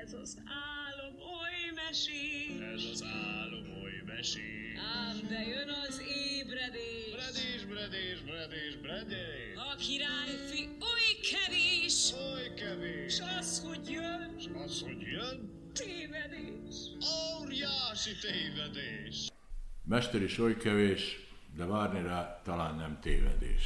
Ez az álom oly mesés. Ez az álom oly mesés. Ám de jön az ébredés. Bredés, bredés, bredés, bredés. A királyfi oly kevés. Oly kevés. S az, hogy jön. S az, hogy jön. Tévedés. Óriási tévedés. Mester is oly kevés, de várni rá talán nem tévedés.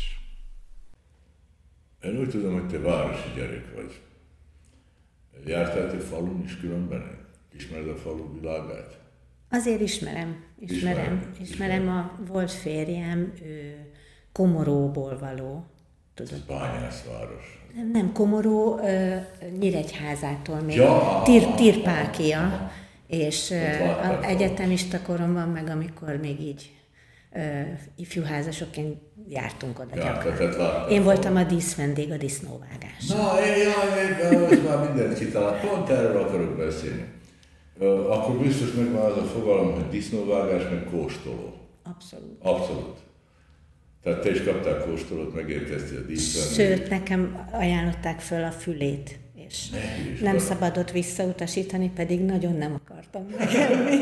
Én úgy tudom, hogy te városi gyerek vagy. Jártál te falun is különben? Ismered a falu világát? Azért ismerem. A volt férjem, ő Komoróból való. Ez bányászváros. Nem Komoró, Nyíregyházától még, Ja, Tirpákia, és egyetemista koromban, meg amikor még így ifjúházasokként jártunk oda gyakran. Én voltam a díszvendég a disznóvágáson. Most már mindent kitalált. Pont erről akarok beszélni. Akkor biztos megvan az a fogalom, hogy disznóvágás, meg kóstoló. Abszolút. Tehát te is kaptál kóstolót, megérkeztél a díszvendég. Sőt, nekem ajánlották föl a fülét, és nem szabadott visszautasítani, pedig nagyon nem akartam megenni.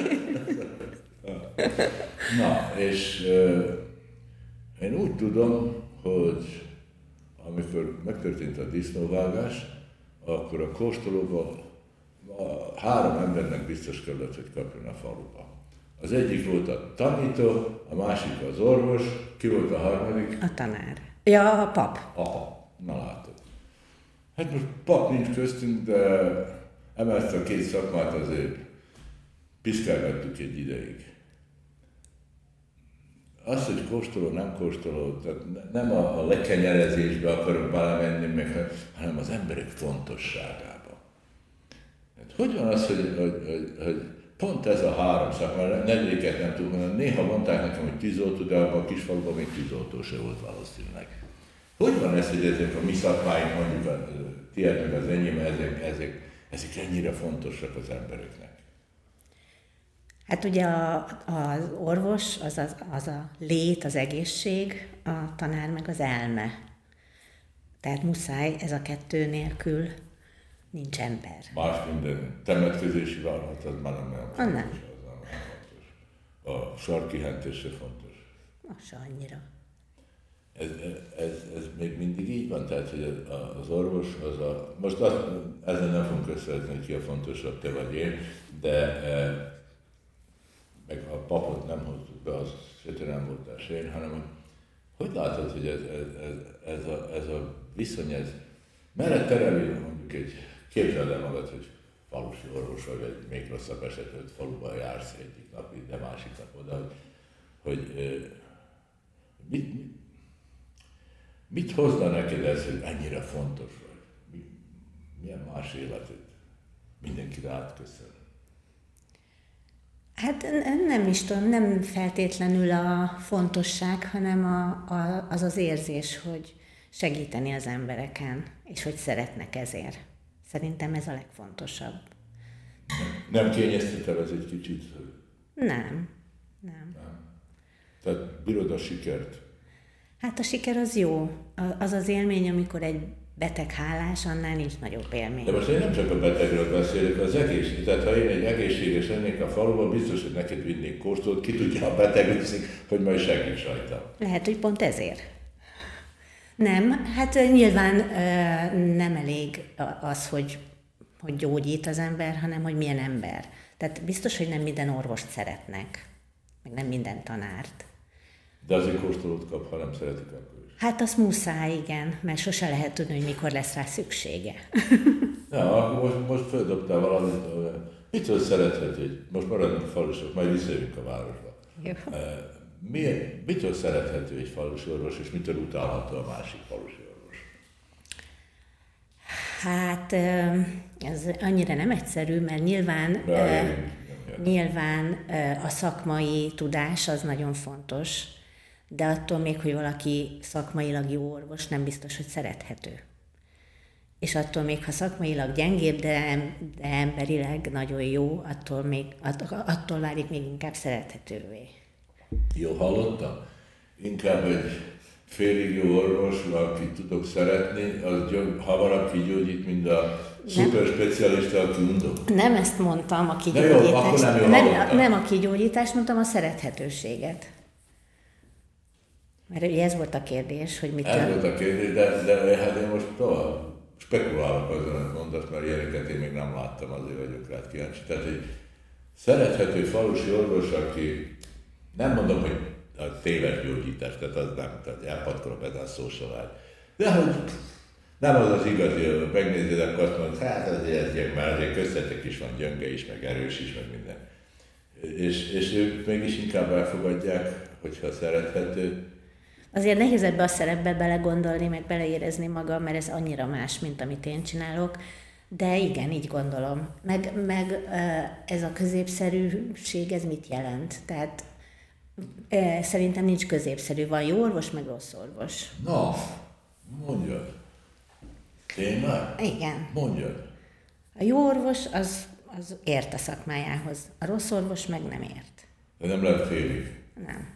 Na, és én úgy tudom, hogy amikor megtörtént a disznóvágás, akkor a kóstolóban 3 embernek biztos kellett, hogy kapjon a faluba. Az egyik volt a tanító, a másik az orvos, ki volt a harmadik? A tanár. Ja, a pap. A pap. Na látod. Hát most pap nincs köztünk, de emelte a 2 szakmát azért piszkálgattuk egy ideig. Az, hogy kóstoló, nem kóstoló, tehát nem a lekenyerezésbe akarok belemenni, meg, hanem az emberek fontosságába. Hát hogy van az, hogy pont ez a 3 szakma, 4-et nem tudom mondani, néha mondták nekem, hogy tűzoltó, de abban a kisfaluban még tűzoltó se volt valószínűleg. Hogy van ez, hogy ezek a mi szakmáink, mondjuk a tiéd meg az enyém, ezek ennyire fontosak az embereknek? Hát ugye az orvos, az a lét, az egészség, a tanár meg az elme. Tehát muszáj, ez a 2 nélkül nincs ember. Más minden temetkezési vállalat, az már nem olyan fontos. Nem. A sarkihentés se fontos. Az se annyira. Ez még mindig így van? Tehát, hogy az orvos az a... Most ezen nem fogunk összehozni, hogy ki a fontosabb, te vagy én, de meg a papot nem hozzuk be, az se te nem voltál se én, hanem hogy látod, hogy ez a viszony, ez merre tereli, mondjuk képzeld el magad, hogy falusi orvos vagy, egy még rosszabb eset, hogy faluban jársz egyik nap, de másik nap oda, hogy mit hozna neked ez, hogy ennyire fontos vagy? Milyen más életed? Mindenkire átköszön. Hát nem is tudom, nem feltétlenül a fontosság, hanem az az érzés, hogy segíteni az embereken, és hogy szeretnek ezért. Szerintem ez a legfontosabb. Nem kényezteted ez egy kicsit? Nem. Tehát bírod a sikert? Hát a siker az jó. Az az élmény, amikor egy beteg hálás, annál nincs nagyobb élmény. De most én nem csak a betegről beszélek, az egészség. Tehát ha én egy egészséges lennék a faluban, biztos, hogy neked vinnék kóstolt, ki tudja, a beteg viszik, hogy majd segíts rajta. Lehet, hogy pont ezért. Nem, hát nyilván nem elég az, hogy gyógyít az ember, hanem hogy milyen ember. Tehát biztos, hogy nem minden orvost szeretnek, meg nem minden tanárt. De azért kóstolót kap, ha nem szeretik, akkor is. Hát az muszáj, igen, mert sose lehet tudni, hogy mikor lesz rá szüksége. Ja, akkor most földobtál valamit, mitől szerethet, hogy most maradunk falusok, majd visszajövünk a városba. Jó. Mitől szerethető egy falusi orvos, és mitől utálható a másik falusi orvos? Hát ez annyira nem egyszerű, mert nyilván a szakmai tudás az nagyon fontos, de attól még, hogy valaki szakmailag jó orvos, nem biztos, hogy szerethető. És attól még, ha szakmailag gyengébb, de emberileg nagyon jó, attól válik még inkább szerethetővé. Jó hallottam? Inkább egy félig jó orvos, akit tudok szeretni, az ha valaki gyógyít, mint a szuper specialista a kiundó? Nem ezt mondtam, a Jó, akkor kigyógyítást. nem jól hallottam. Nem a kigyógyítást, mondtam a szerethetőséget. Mert ugye ez volt a kérdés, hogy mit Ez volt a kérdés, de hát én most tovább spekulálok azon, amit mondasz, mert ilyeneket én még nem láttam, azért vagyok rád kíváncsi. Tehát egy szerethető falusi orvos, aki nem mondom, hogy a téves gyógyítás, tehát az nem, tehát elpatkol a bedán szósalágy. De hogy nem az az igazi, hogy megnézed, akkor azt mondod, hát azért ez már azért köztetek is van gyönge is, meg erős is, meg minden. És ők mégis inkább elfogadják, hogyha szerethető. Azért nehéz ebbe a szerepbe belegondolni, meg beleérezni magam, mert ez annyira más, mint amit én csinálok. De igen, így gondolom. Meg ez a középszerűség, ez mit jelent? Tehát szerintem nincs középszerű. Van jó orvos, meg rossz orvos. Na, mondjad. Tényleg? Igen. Mondjad. A jó orvos az ért a szakmájához. A rossz orvos meg nem ért. De nem lehet félig. Nem.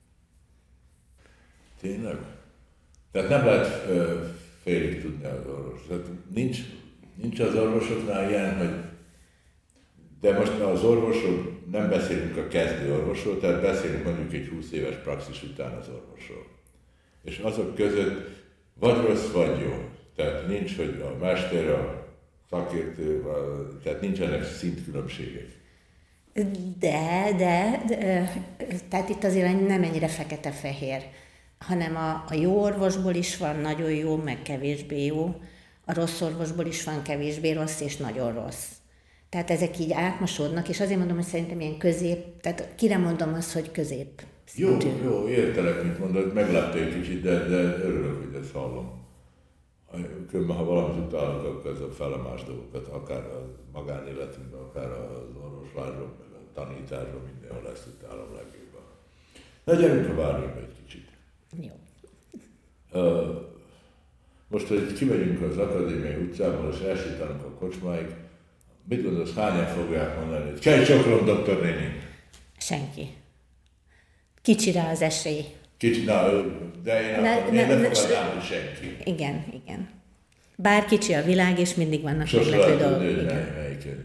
Tényleg? Tehát nem lehet félig tudni az orvos. Tehát nincs az orvosoknál ilyen, hogy de most az orvosról nem beszélünk a kezdő orvosról, tehát beszélünk mondjuk egy 20 éves praxis után az orvosról. És azok között vagy rossz, vagy jó. Tehát nincs, hogy a mester, a szakértő, tehát nincsenek szintkülönbségek. De, tehát itt azért nem ennyire fekete-fehér, hanem a jó orvosból is van nagyon jó, meg kevésbé jó, a rossz orvosból is van kevésbé rossz és nagyon rossz. Tehát ezek így átmosódnak, és azért mondom, hogy szerintem ilyen közép, tehát kire mondom azt, hogy közép szintű. Jó, értelek, mint mondod, meglepte egy kicsit, de örülök, hogy ezt hallom. Különben, ha valamit utálok, akkor ez a fele más dolgokat, akár a magánéletünkben, akár az orvoslásban, meg a tanításban, mindenhol ezt utálom legjobban. Na gyerünk a városba egy kicsit. Jó. Most, hogy kimegyünk az Akadémiai utcából, és elsétálunk a kocsmáig, mit gondolsz, hányan fogják mondani, hogy kell csokolom, doktor néni? Senki. Kicsi rá az esély. Kicsi, de én nem fogadnám, hogy senki. Igen. Bár kicsi a világ, és mindig vannak Sose meglepő lehet dolgok. tudni, melyiken.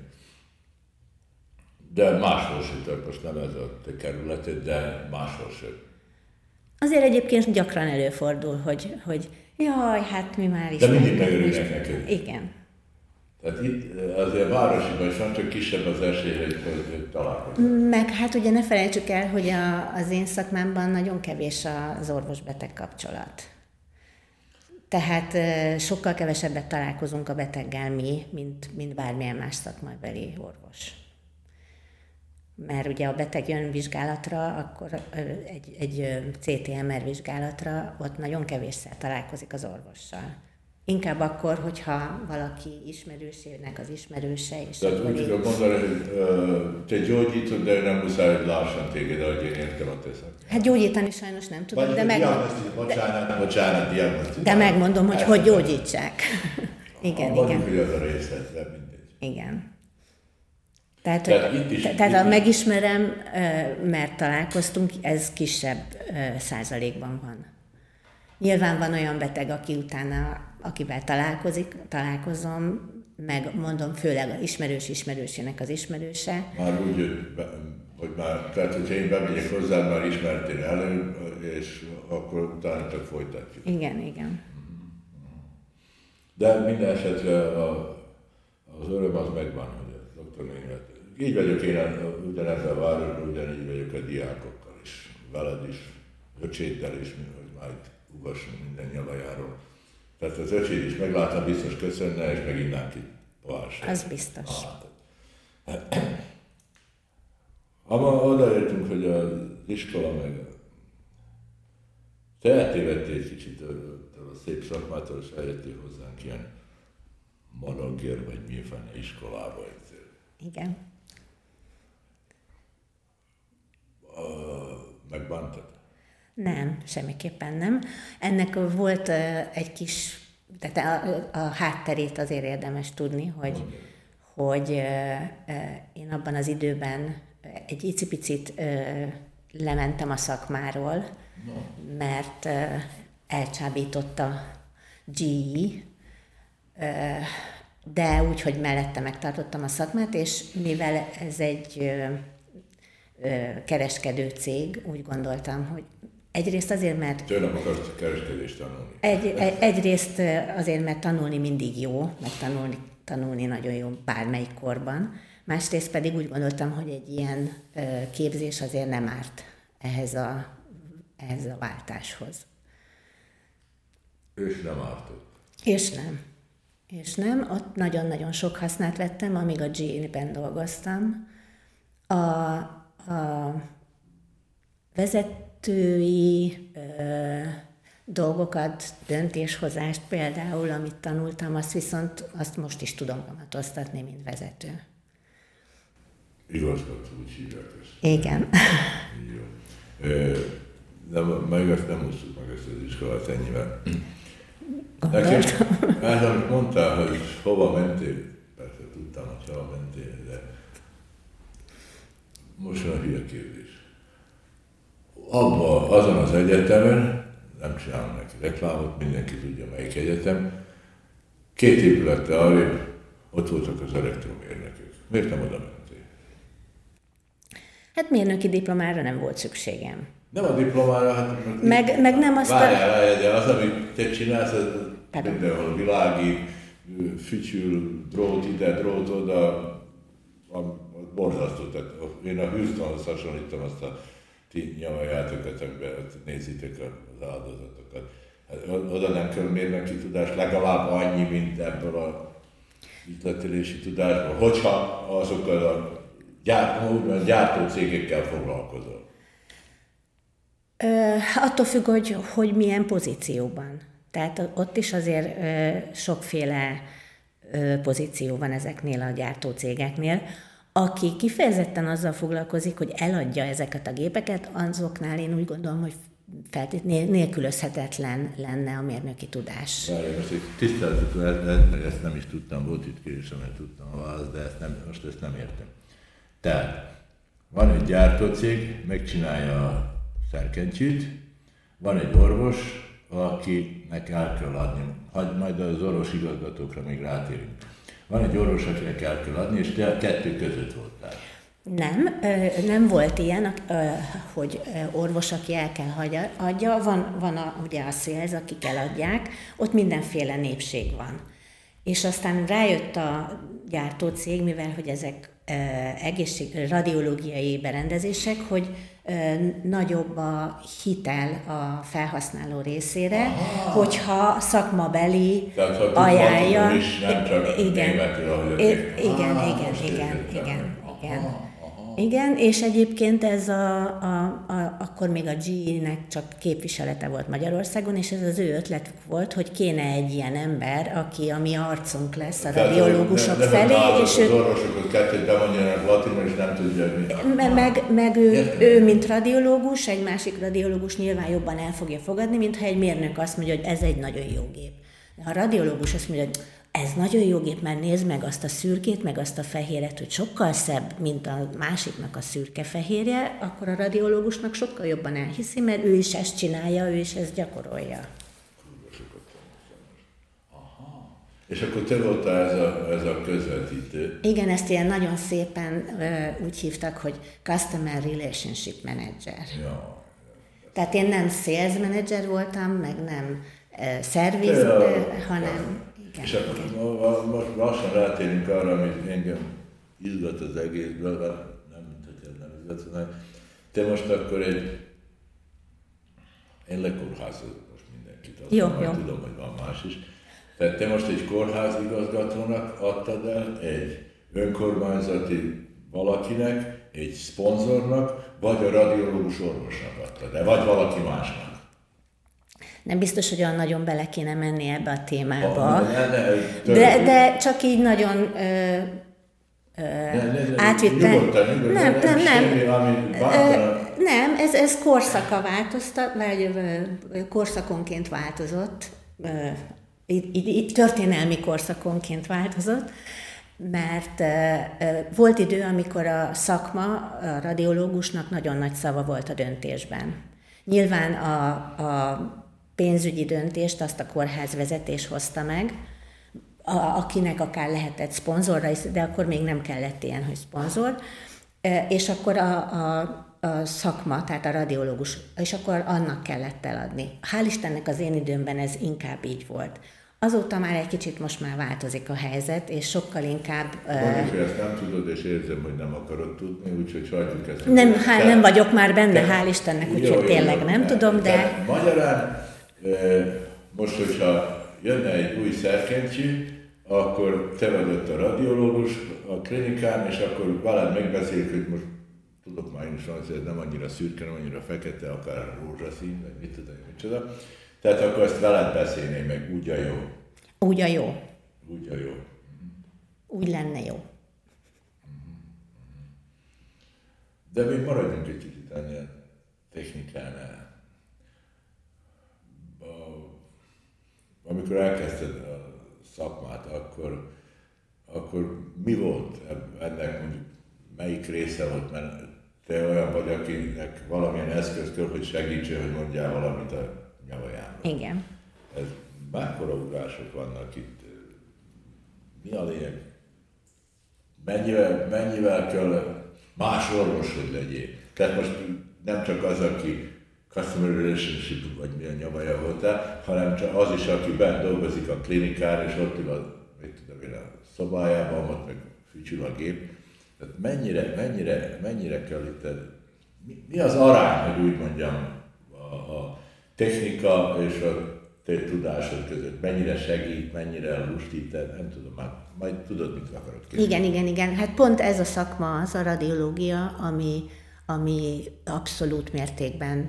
De máshol se tört, most nem ez a te kerületed, de máshol se. Azért egyébként gyakran előfordul, hogy jaj, hát mi már is. De mindig megörülnek neked. Igen. Tehát itt azért városiban is van, csak kisebb az esély, hogy találkozunk. Meg hát ugye ne felejtsük el, hogy az én szakmámban nagyon kevés az orvos-beteg kapcsolat. Tehát sokkal kevesebbet találkozunk a beteggel mi, mint bármilyen más szakmabeli orvos. Mert ugye a beteg jön vizsgálatra, akkor egy CT-MR vizsgálatra ott nagyon kevésszer találkozik az orvossal. Inkább akkor, hogyha valaki ismerősének az ismerőse, és tehát akkor úgy tudom mondani, hogy te gyógyítod, de nem muszáj, hogy lássan téged, ahogy én értem a te szakmát. Hát gyógyítani sajnos nem tudom, Bocsánat, diagnosztizálni. de megmondom, hogy gyógyítsák. Igen. Mondjuk, hogy az a részlet, de mindegy. Igen. Tehát itt a megismerem, mert találkoztunk, ez kisebb százalékban van. Nyilván van olyan beteg, akivel találkozom, meg mondom, főleg az ismerősének az ismerőse. Már úgy, hogy tehát hogyha én bemegyek hozzá, már ismertél elő, és akkor utána csak folytatjuk. Igen. De minden esetre az öröm az megvan, hogy a doktornénivel. Így vagyok én ugyanebben a városban, ugyanígy vagyok a diákokkal is, veled is, öcséddel is, hogy már itt ugassunk minden nyavajáról. Tehát az öcséd is meglátom, biztos köszönne, és meginnánk itt pohárság. Az biztos. Ha ma odaértünk, hogy az iskola meg te eltévedtél egy kicsit a szép szakmától, és eljöttél hozzánk ilyen managér, vagy milyen iskolába. Igen. Megbántad? Nem, semmiképpen nem. Ennek volt egy kis, tehát a hátterét azért érdemes tudni, hogy én abban az időben egy icipicit lementem a szakmáról, mert elcsábított a GE, de úgy, hogy mellette megtartottam a szakmát, és mivel ez egy kereskedő cég, úgy gondoltam, hogy egyrészt azért, mert... Tőlem akarsz kereskedést tanulni. Egyrészt azért, mert tanulni mindig jó, meg tanulni nagyon jó bármelyik korban. Másrészt pedig úgy gondoltam, hogy egy ilyen képzés azért nem árt ehhez a váltáshoz. És nem ártott. És nem. Ott nagyon-nagyon sok hasznát vettem, amíg a GE-ben dolgoztam. A vezetői dolgokat, döntéshozást például, amit tanultam, azt most is tudom kamatoztatni, mint vezető. Igazgató, úgy hívják ezt. Igen. Jó. De meg ezt nem úsztuk meg ezt az iskolát ennyivel. Nekem, ez amit mondtál, hogy hova mentél, persze tudtam, hogy hova mentél, de most van a hülye kérdés. Azon az egyetemen, nem csinálom neki reklámot, mindenki tudja melyik egyetem, 2 épülettel arrébb ott voltak az elektromérnökök. Miért nem oda mentél? Hát mérnöki diplomára nem volt szükségem. Nem a diplomára, hát... Meg nem azt Várjál, de az, amit te csinálsz, az mindenhol világít, fütyül, drót ide, drót oda, borzasztó. Tehát én a Houstonhoz hasonlítom azt a ti nyomajjátokat, amiben nézitek az áldozatokat. Hát oda nem kell mérnöki tudás, legalább annyi, mint ebből a üzletelési tudásból, hogyha azokkal a gyártó cégekkel foglalkozol. Attól függ, hogy milyen pozícióban. Tehát ott is azért sokféle pozíció van ezeknél a gyártócégeknél. Aki kifejezetten azzal foglalkozik, hogy eladja ezeket a gépeket, azoknál én úgy gondolom, hogy nélkülözhetetlen lenne a mérnöki tudás. Várj, most egy tisztázatot, ezt nem is tudtam, volt itt kérdésem, mert tudtam a választ, de most ezt nem értem. Tehát van egy gyártócég, megcsinálja a szerkentyűt, van egy orvos, akinek el kell adni, majd az orvos igazgatókra még rátérünk. Van egy orvos, akinek el kell adni, és te 2 között voltál. Nem volt ilyen, hogy orvos, aki el kell adja, van ugye a sales, akik eladják, ott mindenféle népség van. És aztán rájött a gyártócég, mivel hogy ezek radiológiai berendezések, hogy nagyobb a hitel a felhasználó részére, hogyha szakmabeli ajánlja. Igen, és egyébként ez akkor még a GE-nek csak képviselete volt Magyarországon, és ez az ő ötletük volt, hogy kéne egy ilyen ember, aki a mi arcunk lesz a radiológusok felé, és ő... Az orvosokat kettőt bemondjanak latinul, és nem tudja, mit... Meg ő, mint radiológus, egy másik radiológus nyilván jobban el fogja fogadni, mintha egy mérnök azt mondja, hogy ez egy nagyon jó gép. A radiológus azt mondja, hogy ez nagyon jó gép, mert nézd meg azt a szürkét, meg azt a fehéret, hogy sokkal szebb, mint a másiknak a szürke-fehérje, akkor a radiológusnak sokkal jobban elhiszi, mert ő is ezt csinálja, ő is ezt gyakorolja. Aha. És akkor te voltál ez a közvetítő. Igen, ezt ilyen nagyon szépen úgy hívtak, hogy Customer Relationship Manager. Ja. Tehát én nem sales manager voltam, meg nem service, hanem... Igen, és akkor most lassan rátérünk arra, amit engem izgat az egészből, nem mint hogy ez nem izgat, te most akkor én lekórházolok most mindenkit, aztán tudom, hogy van más is. Tehát te most egy kórházigazgatónak adtad el, egy önkormányzati valakinek, egy szponzornak, vagy a radiológus orvosnak adtad el, vagy valaki másnak. Nem biztos, hogy olyan nagyon bele kéne menni ebbe a témába, de csak így nagyon átvittem. Nem, ez korszaka változtat, vagy korszakonként változott, történelmi korszakonként változott, mert volt idő, amikor a szakma, a radiológusnak nagyon nagy szava volt a döntésben. Nyilván a pénzügyi döntést azt a kórházvezetés hozta meg, akinek akár lehetett szponzorra is, de akkor még nem kellett ilyen, hogy szponzor, és akkor a szakma, tehát a radiológus, és akkor annak kellett eladni. Hál' Istennek az én időmben ez inkább így volt. Azóta már egy kicsit most már változik a helyzet, és sokkal inkább... Mondjuk, hogy ezt nem tudod, és érzem, hogy nem akarod tudni, úgyhogy hagyjuk ezt. Nem vagyok már benne, hál' Istennek, úgyhogy tényleg nem tudom, de... Magyarán most, hogyha jönne egy új szerkentyű, akkor te vagy ott a radiológus a klinikán, és akkor veled megbeszéljük, hogy most tudok már én is van, hogy ez nem annyira szürke, nem annyira fekete, akár rózsaszín, vagy mit tudom, micsoda. Tehát akkor ezt veled beszélnék meg, úgy a jó. Úgy a jó. Úgy a jó. Úgy lenne jó. De még maradjunk egy kicsit ennél technikánál. Amikor elkezdted a szakmát, akkor mi volt ennek, mondjuk melyik része volt, mert te olyan vagy, akinek valamilyen eszköz kell, hogy segítsen, hogy mondjál valamit a nyavajáról. Igen. Ez mekkora ugrások vannak itt? Mi a lényeg? Mennyivel kell más orvos, hogy legyél? Tehát most nem csak az, aki customer relationship, vagy milyen nyavaja voltál, hanem csak az is, aki bent dolgozik a klinikán, és ott ül a szobájában, ott meg fütyül a gép. Tehát mennyire kell itt, mi az arány, hogy úgy mondjam, a technika és a te tudásod között, mennyire segít, mennyire lustít, nem tudom, majd tudod, mit akarod kérdezni. Igen. Hát pont ez a szakma, az a radiológia, ami abszolút mértékben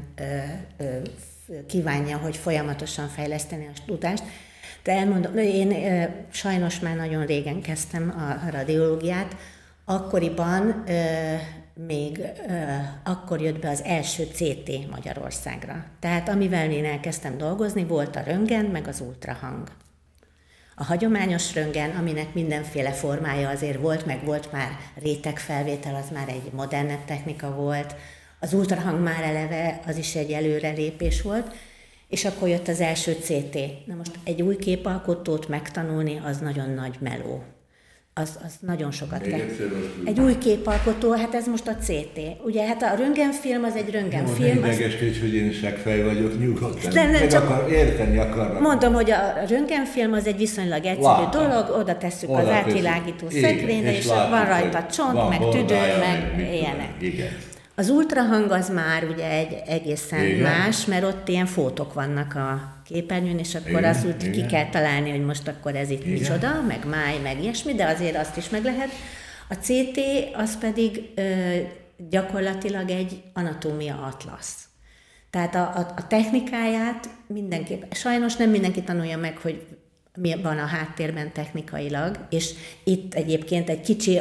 kívánja, hogy folyamatosan fejleszteni a tudást. De elmondom, én sajnos már nagyon régen kezdtem a radiológiát, akkoriban még akkor jött be az első CT Magyarországra. Tehát amivel én elkezdtem dolgozni, volt a röntgen, meg az ultrahang. A hagyományos röntgen, aminek mindenféle formája azért volt, meg volt már rétegfelvétel, az már egy modernebb technika volt. Az ultrahang már eleve, az is egy előrelépés volt, és akkor jött az első CT. Na most egy új képalkotót megtanulni, az nagyon nagy meló. Az nagyon sokat kell. Egy új képalkotó, hát ez most a CT. Ugye, hát a röntgenfilm az egy röntgenfilm. Nem idegeskedj, hogy én segfej vagyok, nyugodtan. Nem, csak érteni akarnak. Mondom, hogy a röntgenfilm az egy viszonylag egyszerű dolog, oda tesszük az átvilágító szekrényre, és van rajta csont, meg tüdő, meg ilyenek. Igen. Az ultrahang az már ugye egy egészen más, mert ott ilyen fótok vannak a képernyőn, és akkor azt úgy ki kell találni, hogy most akkor ez itt micsoda, meg máj, meg ilyesmi, de azért azt is meg lehet. A CT az pedig gyakorlatilag egy anatómia atlasz. Tehát a technikáját mindenképp, sajnos nem mindenki tanulja meg, hogy mi van a háttérben technikailag, és itt egyébként egy kicsi...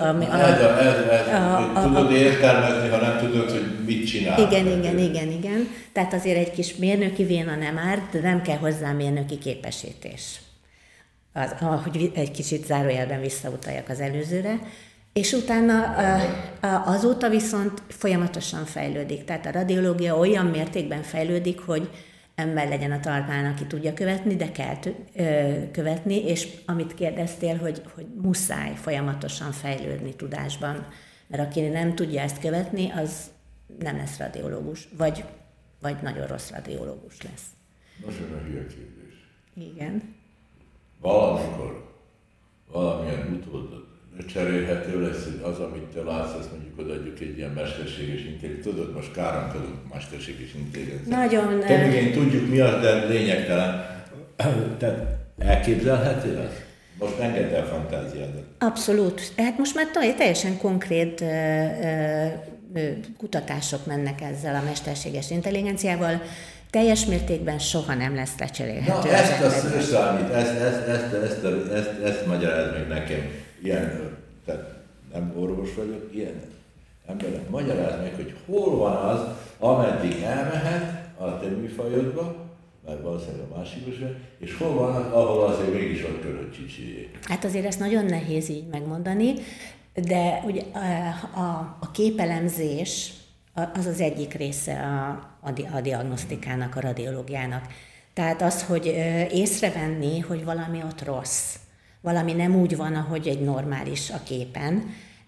Tudod értelmezni, ha nem tudod, hogy mit csinál. Igen. Tehát azért egy kis mérnöki véna nem árt, de nem kell hozzá mérnöki képesítés. Hogy egy kicsit zárójelben visszautaljak az előzőre. És utána azóta viszont folyamatosan fejlődik. Tehát a radiológia olyan mértékben fejlődik, hogy ember legyen a talpán, aki tudja követni, de kell követni, és amit kérdeztél, hogy muszáj folyamatosan fejlődni tudásban, mert aki nem tudja ezt követni, az nem lesz radiológus, vagy nagyon rossz radiológus lesz. Most jön a hülye kérdés. Igen. Valamikor valamilyen utódot cserélhető lesz, hogy az, amit te látsz, azt mondjuk odaadjuk egy ilyen mesterséges intelligencia. Tudod, most káromkodunk mesterséges intelligencia. Nagyon... Természetesen tudjuk mi az, de lényegtelen. Tehát elképzelhető az? Most engedd el fantáziádat. Abszolút. Hát most már teljesen konkrét kutatások mennek ezzel a mesterséges intelligenciával. Teljes mértékben soha nem lesz lecserélhető. Na, ezt összeállít, ezt magyaráz meg nekem. Ilyen, tehát nem orvos vagyok, ilyen emberek, magyaráz meg, hogy hol van az, ameddig elmehet a te műfajodba, mert valószínűleg a másikos, és hol van az, ahol azért mégis ott kell, hogy csicsiljék. Hát azért ezt nagyon nehéz így megmondani, de ugye a képelemzés az az egyik része a diagnosztikának, a radiológiának. Tehát az, hogy észrevenni, hogy valami ott rossz, valami nem úgy van, ahogy egy normális a képen.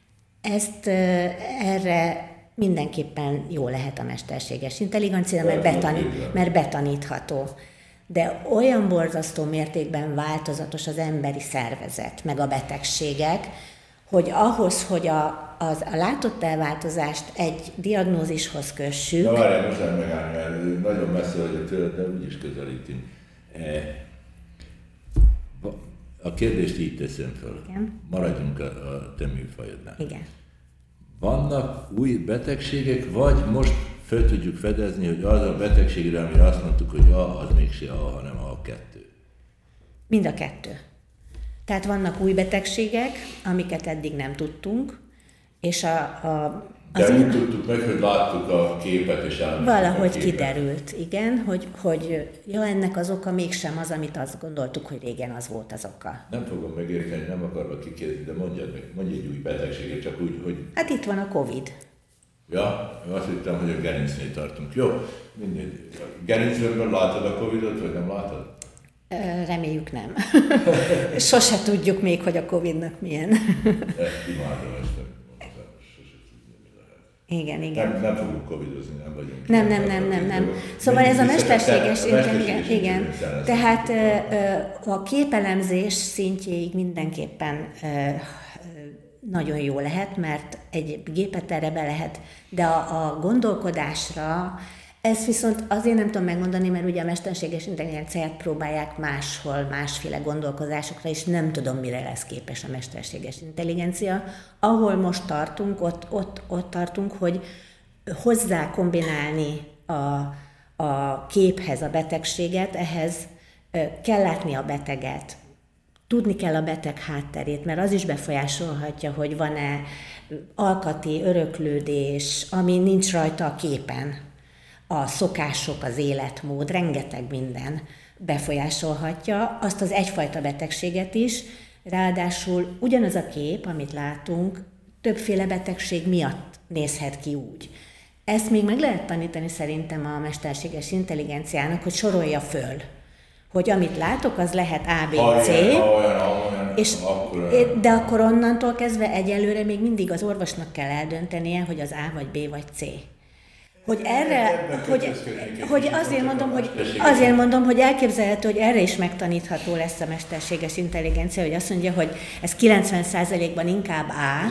Erre mindenképpen jó lehet a mesterséges intelligencia, mert betanítható. De olyan borzasztó mértékben változatos az emberi szervezet, meg a betegségek, hogy ahhoz, hogy a látott elváltozást egy diagnózishoz kössük... Na várjál, most nem megállni, mert nagyon messze vagyok tőled, de úgyis közelítünk. A kérdést így teszem fel. Igen. Maradjunk a te műfajodnál. Igen. Vannak új betegségek, vagy most fel tudjuk fedezni, hogy az a betegségre, amire azt mondtuk, hogy az mégse A, hanem A2? Mind a kettő. Tehát vannak új betegségek, amiket eddig nem tudtunk, és de úgy tudtuk meg, hogy láttuk a képet, és valahogy kiderült, igen, hogy ennek az oka mégsem az, amit azt gondoltuk, hogy régen az volt az oka. Nem fogom megérteni, nem akarok kikérdezni, de mondj egy új betegséget, csak úgy, hogy... Hát itt van a Covid. Ja, azt hittem, hogy a gerincnél tartunk. Jó, mindegy. Gerincről látod a Covidot, vagy nem látod? Reméljük nem. Sose tudjuk még, hogy a Covidnak milyen. Imádom ezt. Igen. Nem fogunk covidozni, nem vagyunk. Nem. Szóval ez a mesterséges igen. Tehát a képelemzés szintjéig mindenképpen nagyon jó lehet, mert egy gépet erre be lehet, de a gondolkodásra, ezt viszont azért nem tudom megmondani, mert ugye a mesterséges intelligenciát próbálják máshol, másféle gondolkozásokra, és nem tudom, mire lesz képes a mesterséges intelligencia. Ahol most tartunk, ott tartunk, hogy hozzá kombinálni a képhez a betegséget, ehhez kell látni a beteget, tudni kell a beteg hátterét, mert az is befolyásolhatja, hogy van-e alkati öröklődés, ami nincs rajta a képen. A szokások, az életmód, rengeteg minden befolyásolhatja azt az egyfajta betegséget is, ráadásul ugyanaz a kép, amit látunk, többféle betegség miatt nézhet ki úgy. Ezt még meg lehet tanítani szerintem a mesterséges intelligenciának, hogy sorolja föl, hogy amit látok, az lehet A, B, C, de akkor onnantól kezdve egyelőre még mindig az orvosnak kell eldöntenie, hogy az A vagy B vagy C. Hogy erre, hogy azért mondom, hogy elképzelhető, hogy erre is megtanítható lesz a mesterséges intelligencia, hogy azt mondja, hogy ez 90%-ban inkább A.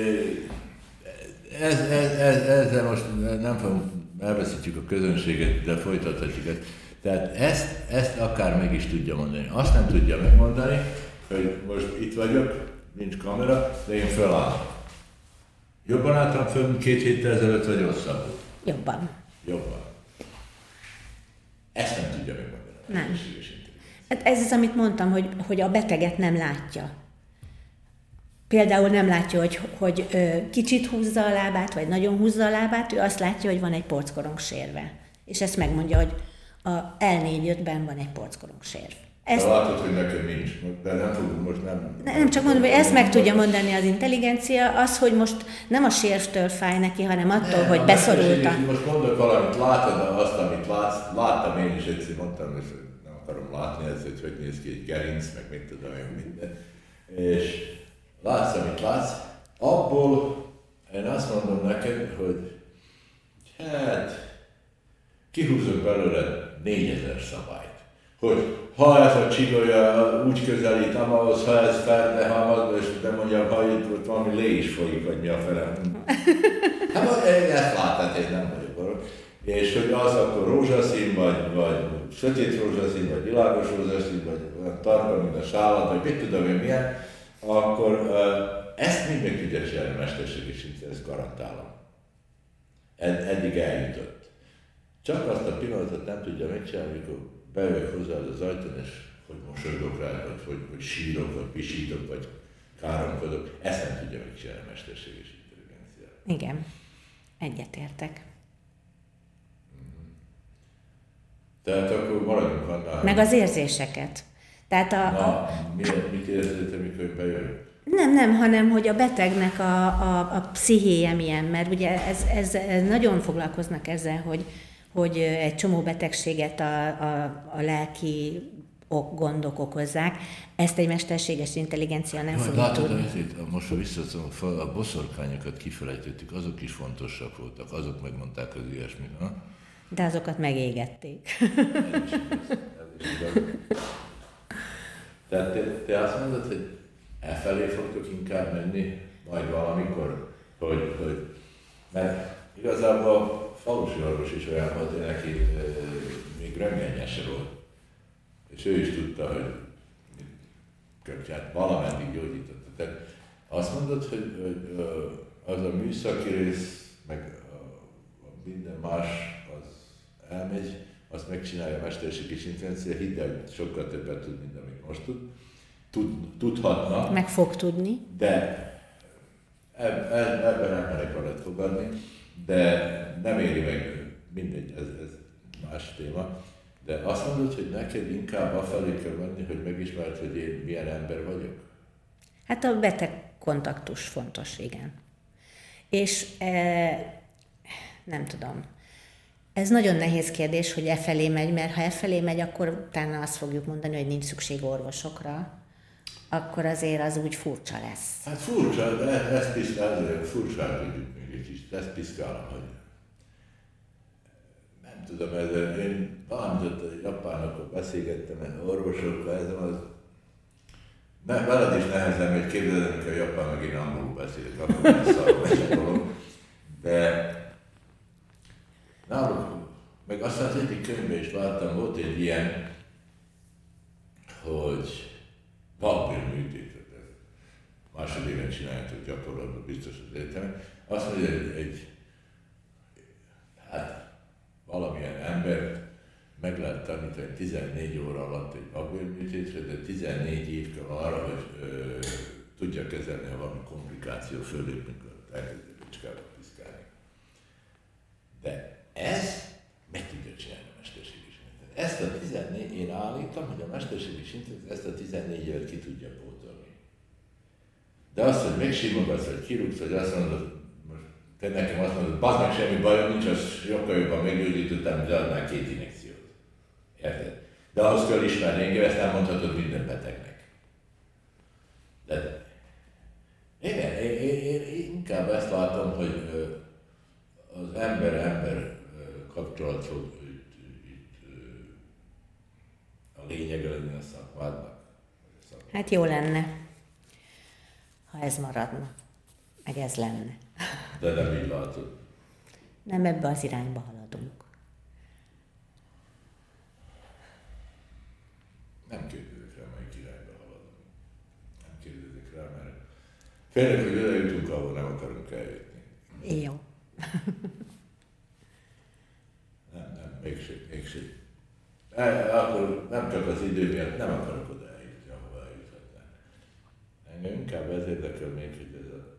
Ezzel most nem fogunk, elveszítjük a közönséget, de folytathatjuk ezt. Tehát ezt akár meg is tudja mondani. Azt nem tudja megmondani, hogy most itt vagyok, nincs kamera, de én fölállok. Jobban álltam föl, mint 2 héttel ezelőtt, vagy rosszabbul? Jobban. Ezt nem tudja megmondani. Nem. Hát ez az, amit mondtam, hogy a beteget nem látja. Például nem látja, hogy kicsit húzza a lábát, vagy nagyon húzza a lábát, ő azt látja, hogy van egy porckorong sérve. És ezt megmondja, hogy a L4-5-ben van egy porckorong sérv. Ezt... De látod, hogy nekem nincs, de nem fogunk most nem csak mondom, hogy ezt meg tudja mondani az intelligencia, az, hogy most nem a sérvtől fáj neki, hanem attól, hogy beszorulta. Most mondok valamit, látod azt, amit látsz, láttam én is egyszer, mondtam, hogy nem akarom látni ezt, hogy néz ki egy gerinc, meg mit tudom én minden. És látsz, amit látsz, abból én azt mondom neked, hogy hát kihúzok belőle 4000 szabályt. Hogy ha ez a csigolya úgy közelít ahhoz, ha ez feltehamad, és de mondjam, ha itt valami lé is folyik, vagy mi a felem. Hát ezt láttad, én nem vagyok arra. És hogy az akkor rózsaszín, vagy sötét rózsaszín, vagy világos rózsaszín, vagy olyan tarka, mint a sálat, vagy mit tudom én milyen, akkor ezt mind meg tudja csinálni a mesterséges intelligencia, ezt garantálom. Eddig eljutott. Csak azt a pillanatot nem tudja megcsinálni, amikor bejövök hozzá az ajtón, és hogy mosolygok rá, hogy sírok, vagy pisítok, vagy káromkodok. Ezt nem tudja megcsinálni a mesterséges intelligencia. Igen, egyetértek. Tehát akkor maradjunk annál. Meg az érzéseket. Tehát mit érzed, amikor bejövök? Nem, hanem hogy a betegnek a pszichéje milyen, mert ugye ez nagyon foglalkoznak ezzel, hogy egy csomó betegséget a lelki gondok okozzák. Ezt egy mesterséges intelligencia nem fogja Látod, tudni. most ha visszatszom, a boszorkányokat kifelejtettük, azok is fontosak voltak, azok megmondták az ilyesmit. Ha? De azokat megégették. Tehát te azt mondod, hogy elfelé fogtok inkább menni majd valamikor, hogy mert igazából a falusi orvos is olyan volt, hogy neki még röntgennyese volt. És ő is tudta, hogy valameddig gyógyította. Tehát azt mondod, hogy az a műszaki rész, meg minden más, az elmegy, azt megcsinálja a mesterséges intelligencia, hidd el, sokkal többet tud, mint amit most tud. Tudhatna. Meg fog tudni. De ebben nem merek valamit fogadni, de nem éri meg, mindegy, ez más téma. De azt mondod, hogy neked inkább afelé kell menni, hogy megismerd, hogy én milyen ember vagyok? Hát a beteg kontaktus fontos, igen. És nem tudom. Ez nagyon nehéz kérdés, hogy efelé megy, mert ha efelé megy, akkor utána azt fogjuk mondani, hogy nincs szükség orvosokra, akkor azért az úgy furcsa lesz. Hát furcsa, de ezt piszkálom, furcsán tudjuk még egy kicsit, ezt piszkálom, hogy nem tudom, én valamit ott a japánokkal beszélgettem, orvosokkal, ez az, veled is nehezen megy, képzeled, amikor a japán meg én angolul beszélek, akkor nem szarul egy dolog, de náluk, meg aztán az egyik könyvben is láttam, volt egy ilyen, hogy vakbélműtétet, másodéven csináljátok gyakorlatban, biztos az egyetemen. Azt mondja, hogy valamilyen ember meg lehet tanítani 14 óra alatt egy vakbélműtétre, de 14 év kell arra, hogy tudja kezelni, ha valami komplikáció fölép, mikor elkezdi bicskába piszkálni. De ez meg tudja csinálni a mesterséges intelligencia. Ezt a 14, én állítom, hogy a mesterséges intelligencia ezt a 14 évet ki tudja pótolni. De azt, hogy megsimogatsz, vagy kirúgsz, vagy azt mondod, most te nekem azt mondod, bazd meg, semmi bajom nincs, az sokkal jobban meggyógyítottam, de adnál 2 injekciót. Érted? De ahhoz kell ismerni engem, ezt nem mondhatod minden betegnek. De én inkább ezt látom, hogy az ember-ember kapcsolat fog a lényege lenni a szakmádnak. Hát jó lenne, ha ez maradna, meg ez lenne. De nem így látod. Nem ebbe az irányba haladunk. Nem kérdezik rá, melyik irányba haladunk. Nem kérdezik rá, mert félnek, hogy oda jutunk, ahol nem akarunk eljutni. Jó. Nem, mégsem. Akkor nem csak az idő miatt nem akarok oda eljutni, ahova eljuthatnánk. Engem inkább ez érdekel még, hogy ez a...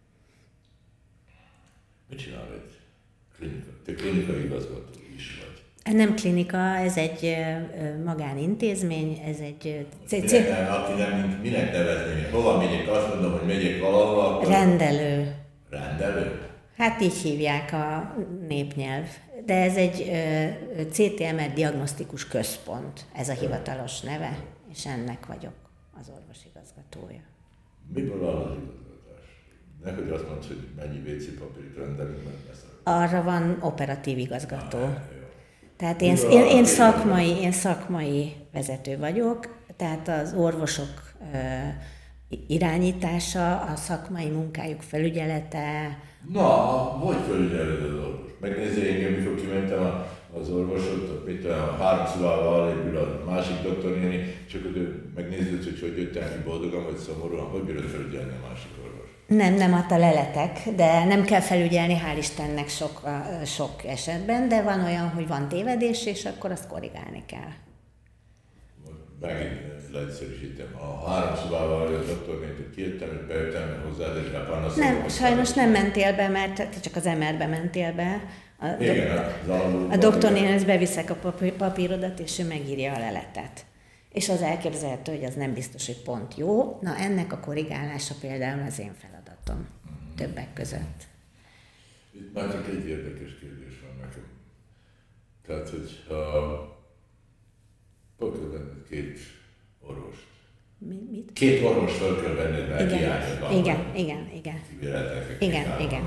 Mit csinál egy klinika? Te klinikai igazgató is vagy. Nem klinika, ez egy magánintézmény, ez egy... Minek nevezni? Hova megyek? Azt mondom, hogy megyek valahol, akkor... Rendelő. Rendelő? Hát így hívják a népnyelv. De ez egy CTMR diagnosztikus központ, ez a hivatalos neve, és ennek vagyok az orvosigazgatója. Miből áll az igazgatás? Nehogy azt mondd, hogy mennyi WC papírt rendelünk, mert beszélünk. Arra van operatív igazgató. Jó. Tehát én szakmai vezető vagyok, tehát az orvosok irányítása, a szakmai munkájuk felügyelete. Na, hogy felügyeled az orvos? Megnézi engem, mikor kimentem az orvosot, mit tudom, 3 szobával épül a másik doktornéni, és akkor megnézed, hogy jöttem ki boldogan vagy szomorúan, hogy bírod felügyelni a másik orvos? Nem adta leletek, de nem kell felügyelni, hál' Istennek sok esetben, de van olyan, hogy van tévedés, és akkor azt korrigálni kell. Megint leegyszerűsítem. A 3 szobával a doktornétől kijöttem, és bejöttem hozzád, és bepanaszolom. Nem, sajnos nem mentél be, mert te csak az MR-be mentél be. A doktornéhez beviszek a papírodat, és ő megírja a leletet. És az elképzelhető, hogy az nem biztos, hogy pont jó. Na, ennek a korrigálása például az én feladatom. Többek között. Itt már csak egy érdekes kérdés van nekem. Tehát, hogy Föl kell venned két orvost. Mit? Két orvos föl kell venned, mert Igen, hiányod van. igen. Kivéletek, Igen.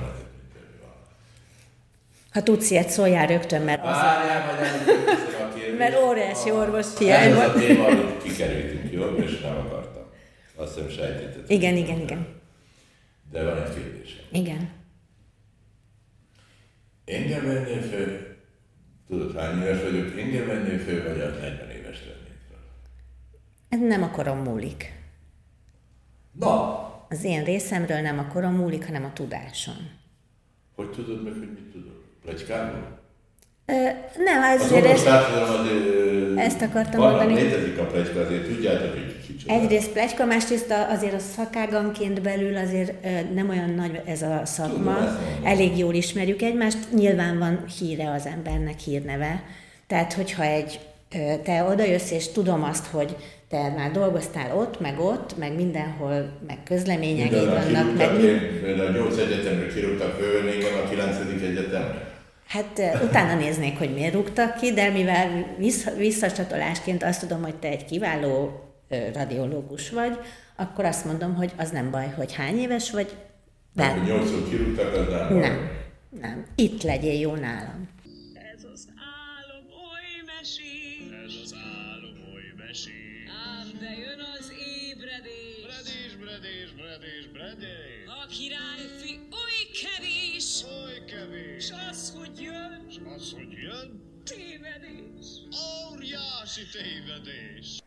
Ha tudsz ilyet, szóljál rögtön, mert az... Várjál, majd elmondom a kérdést. Mert óriási orvos hiány Ez az van. a téma, amit kikerültünk, jó? És nem akartam. Azt hiszem sejtetted. Igen. De van egy kérdésem. Igen. Engem vennél föl, tudod hány éves vagyok, engem vennél föl, vagy a 40 éves lennék föl? Ez nem a korom múlik. Na, Az én részemről nem a korom múlik, hanem a tudásom. hogy tudod meg, hogy mit tudod? Pletykából? Nem, Az azért orvos társadalom ezt akartam van, mondani. Létezik a pletyka, azért tudjátok, hogy kicsoda. Egyrészt pletyka, másrészt azért a szakáganként belül azért nem olyan nagy ez a szakma. Tudom, ezt mondom. Elég jól ismerjük egymást, nyilván van híre az embernek, hírneve. Tehát, hogyha te odajössz, és tudom azt, hogy te már dolgoztál ott, meg mindenhol, meg közleményeid vannak, meg Például 8 egyetemre kirúgtak föl, engem a 9. egyetemre. hát utána néznék, hogy miért rúgtak ki, de mivel visszacsatolásként azt tudom, hogy te egy kiváló radiológus vagy, akkor azt mondom, hogy az nem baj, hogy hány éves vagy. Mert hogy 8-szor kirúgtak, az nem baj. Nem. Itt legyél jó nálam. Ez az álom oly mesés, Ez az álom oly mesés. ám de jön az ébredés. Bredés. A királyfi oly kevés, Oly kevés. s az, hogy jön, Az, hogy jön, tévedés. óriási tévedés.